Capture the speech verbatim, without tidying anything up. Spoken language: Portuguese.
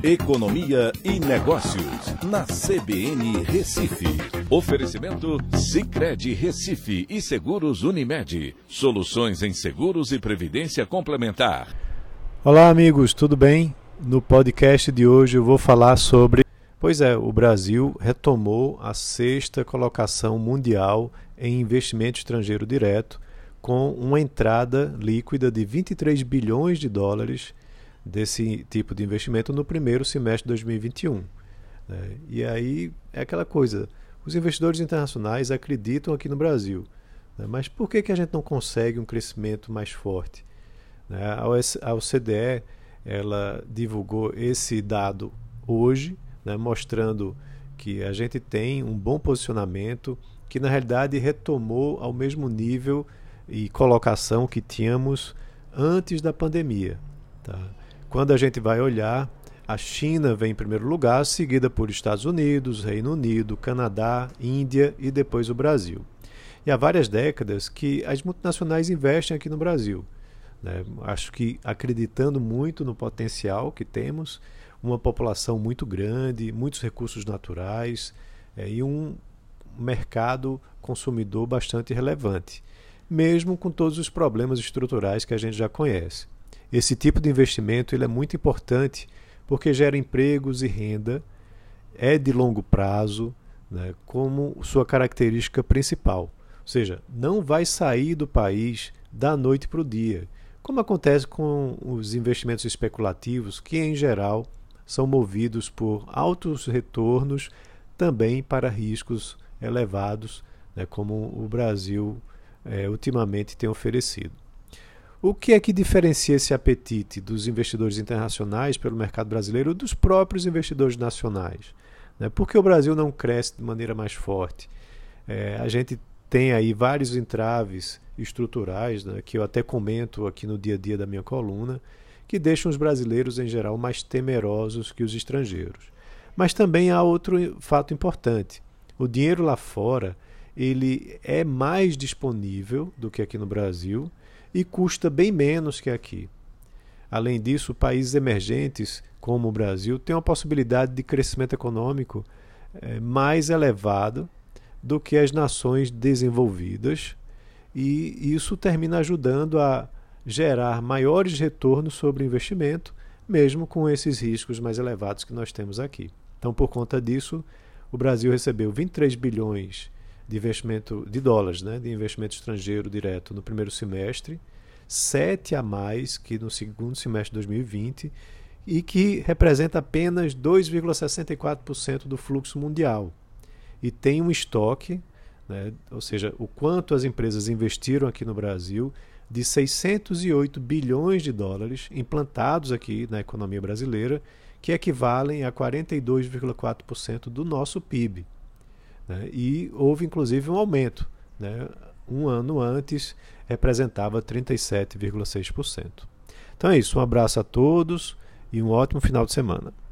Economia e Negócios, na C B N Recife. Oferecimento Sicredi Recife e Seguros Unimed. Soluções em seguros e previdência complementar. Olá amigos, tudo bem? No podcast de hoje eu vou falar sobre... Pois é, o Brasil retomou a sexta colocação mundial em investimento estrangeiro direto, com uma entrada líquida de vinte e três bilhões de dólares desse tipo de investimento no primeiro semestre de dois mil e vinte e um. Né? E aí é aquela coisa, os investidores internacionais acreditam aqui no Brasil, né? Mas por que que a gente não consegue um crescimento mais forte? Né? A O C D E ela divulgou esse dado hoje, né? Mostrando que a gente tem um bom posicionamento, que na realidade retomou ao mesmo nível e colocação que tínhamos antes da pandemia. Tá? Quando a gente vai olhar, a China vem em primeiro lugar, seguida por Estados Unidos, Reino Unido, Canadá, Índia e depois o Brasil. E há várias décadas que as multinacionais investem aqui no Brasil. Né? Acho que acreditando muito no potencial que temos, uma população muito grande, muitos recursos naturais é, e um mercado consumidor bastante relevante, mesmo com todos os problemas estruturais que a gente já conhece. Esse tipo de investimento ele é muito importante porque gera empregos e renda, é de longo prazo, né, como sua característica principal. Ou seja, não vai sair do país da noite para o dia, como acontece com os investimentos especulativos, que em geral são movidos por altos retornos, também para riscos elevados, né, como o Brasil é, ultimamente tem oferecido. O que é que diferencia esse apetite dos investidores internacionais pelo mercado brasileiro dos próprios investidores nacionais? Né? Por que o Brasil não cresce de maneira mais forte? É, a gente tem aí vários entraves estruturais, né, que eu até comento aqui no dia a dia da minha coluna, que deixam os brasileiros em geral mais temerosos que os estrangeiros. Mas também há outro fato importante. O dinheiro lá fora ele é mais disponível do que aqui no Brasil e custa bem menos que aqui. Além disso, países emergentes, como o Brasil, têm uma possibilidade de crescimento econômico é, mais elevado do que as nações desenvolvidas, e isso termina ajudando a gerar maiores retornos sobre o investimento, mesmo com esses riscos mais elevados que nós temos aqui. Então, por conta disso, o Brasil recebeu vinte e três bilhões de investimento de dólares, né, de investimento estrangeiro direto no primeiro semestre, sete a mais que no segundo semestre de dois mil e vinte, e que representa apenas dois vírgula sessenta e quatro por cento do fluxo mundial. E tem um estoque, né, ou seja, o quanto as empresas investiram aqui no Brasil, de seiscentos e oito bilhões de dólares implantados aqui na economia brasileira, que equivalem a quarenta e dois vírgula quatro por cento do nosso P I B. Né? E houve inclusive um aumento. Né? Um ano antes representava trinta e sete vírgula seis por cento. Então é isso, um abraço a todos e um ótimo final de semana.